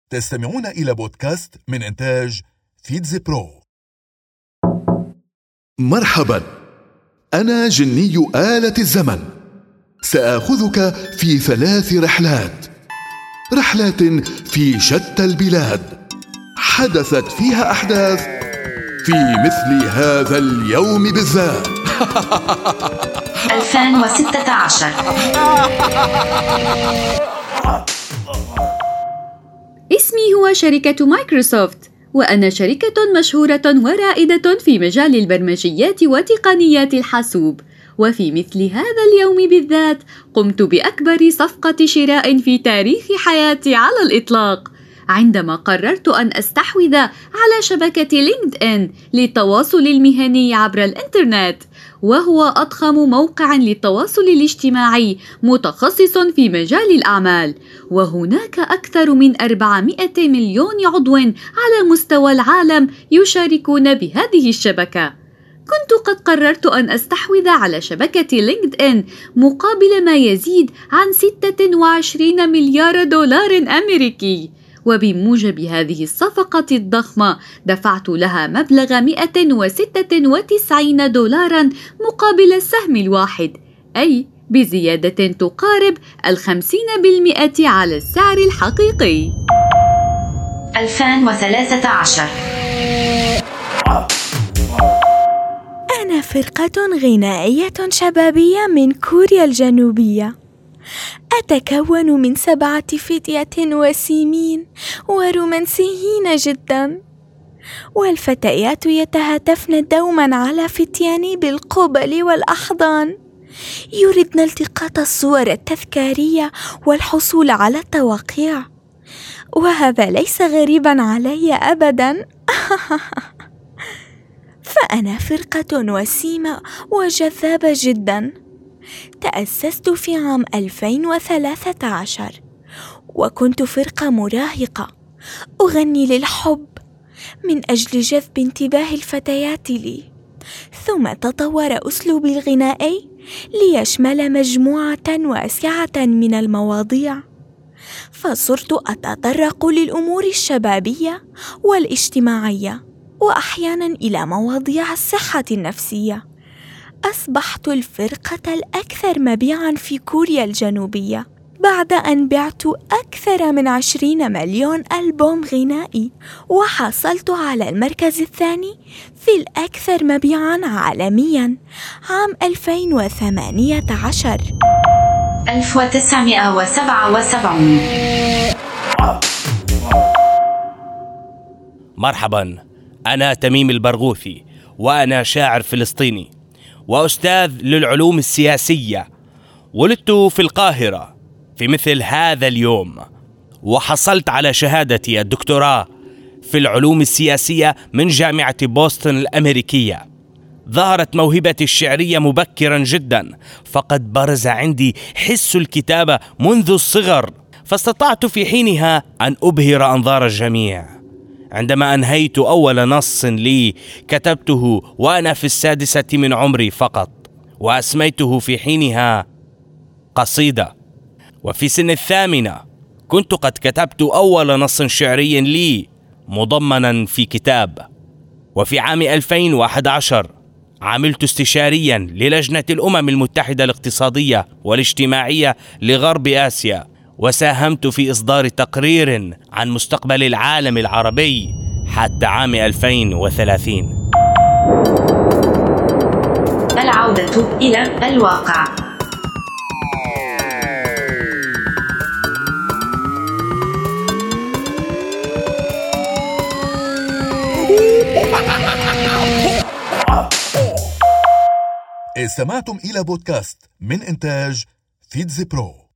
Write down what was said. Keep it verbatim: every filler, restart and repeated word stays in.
تستمعون إلى بودكاست من إنتاج فيتز برو. مرحبا، أنا جني آلة الزمن. سآخذك في ثلاث رحلات رحلات في شتى البلاد، حدثت فيها أحداث في مثل هذا اليوم بالذات. ألفين وستة عشر. اسمي هو شركة مايكروسوفت، وأنا شركة مشهورة ورائدة في مجال البرمجيات وتقنيات الحاسوب. وفي مثل هذا اليوم بالذات قمت بأكبر صفقة شراء في تاريخ حياتي على الإطلاق، عندما قررت أن أستحوذ على شبكة لينكد إن للتواصل المهني عبر الإنترنت، وهو أضخم موقع للتواصل الاجتماعي متخصص في مجال الأعمال، وهناك أكثر من أربعمائة مليون عضو على مستوى العالم يشاركون بهذه الشبكة. كنت قد قررت أن أستحوذ على شبكة لينكد إن مقابل ما يزيد عن ستة وعشرين مليار دولار أمريكي، وبموجب هذه الصفقة الضخمة دفعت لها مبلغ مئة وستة وتسعين دولارا مقابل السهم الواحد، أي بزيادة تقارب الخمسين بالمئة على السعر الحقيقي. ألفين وثلاثة عشر. أنا فرقة غنائية شبابية من كوريا الجنوبية، أتكون من سبعة فتية وسيمين ورومانسيين جدا، والفتيات يتهاتفن دوما على فتياني بالقبل والأحضان، يردن التقاط الصور التذكارية والحصول على التوقيع، وهذا ليس غريبا علي أبدا. فأنا فرقة وسيمة وجذابة جدا. تأسست في عام ألفين وثلاثة عشر، وكنت فرقة مراهقة أغني للحب من أجل جذب انتباه الفتيات لي، ثم تطور أسلوبي الغنائي ليشمل مجموعة واسعة من المواضيع، فصرت أتطرق للأمور الشبابية والاجتماعية، وأحيانا إلى مواضيع الصحة النفسية. أصبحت الفرقة الأكثر مبيعاً في كوريا الجنوبية بعد أن بعت أكثر من عشرين مليون ألبوم غنائي، وحصلت على المركز الثاني في الأكثر مبيعاً عالمياً عام ألفين وثمانية عشر. ألف وتسعمائة وسبعة وسبعين. مرحبا، أنا تميم البرغوثي، وأنا شاعر فلسطيني وأستاذ للعلوم السياسية. ولدت في القاهرة في مثل هذا اليوم، وحصلت على شهادتي الدكتوراه في العلوم السياسية من جامعة بوسطن الأمريكية. ظهرت موهبتي الشعرية مبكرا جدا، فقد برز عندي حس الكتابة منذ الصغر، فاستطعت في حينها أن أبهر أنظار الجميع. عندما أنهيت أول نص لي كتبته وأنا في السادسة من عمري فقط، وأسميته في حينها قصيدة. وفي سن الثامنة كنت قد كتبت أول نص شعري لي مضمنا في كتاب. وفي عام ألفين وأحد عشر عملت استشاريا للجنة الأمم المتحدة الاقتصادية والاجتماعية لغرب آسيا، وساهمت في إصدار تقرير عن مستقبل العالم العربي حتى عام ألفين وثلاثين. العودة إلى الواقع. استمعتم إلى بودكاست من إنتاج فيتز برو.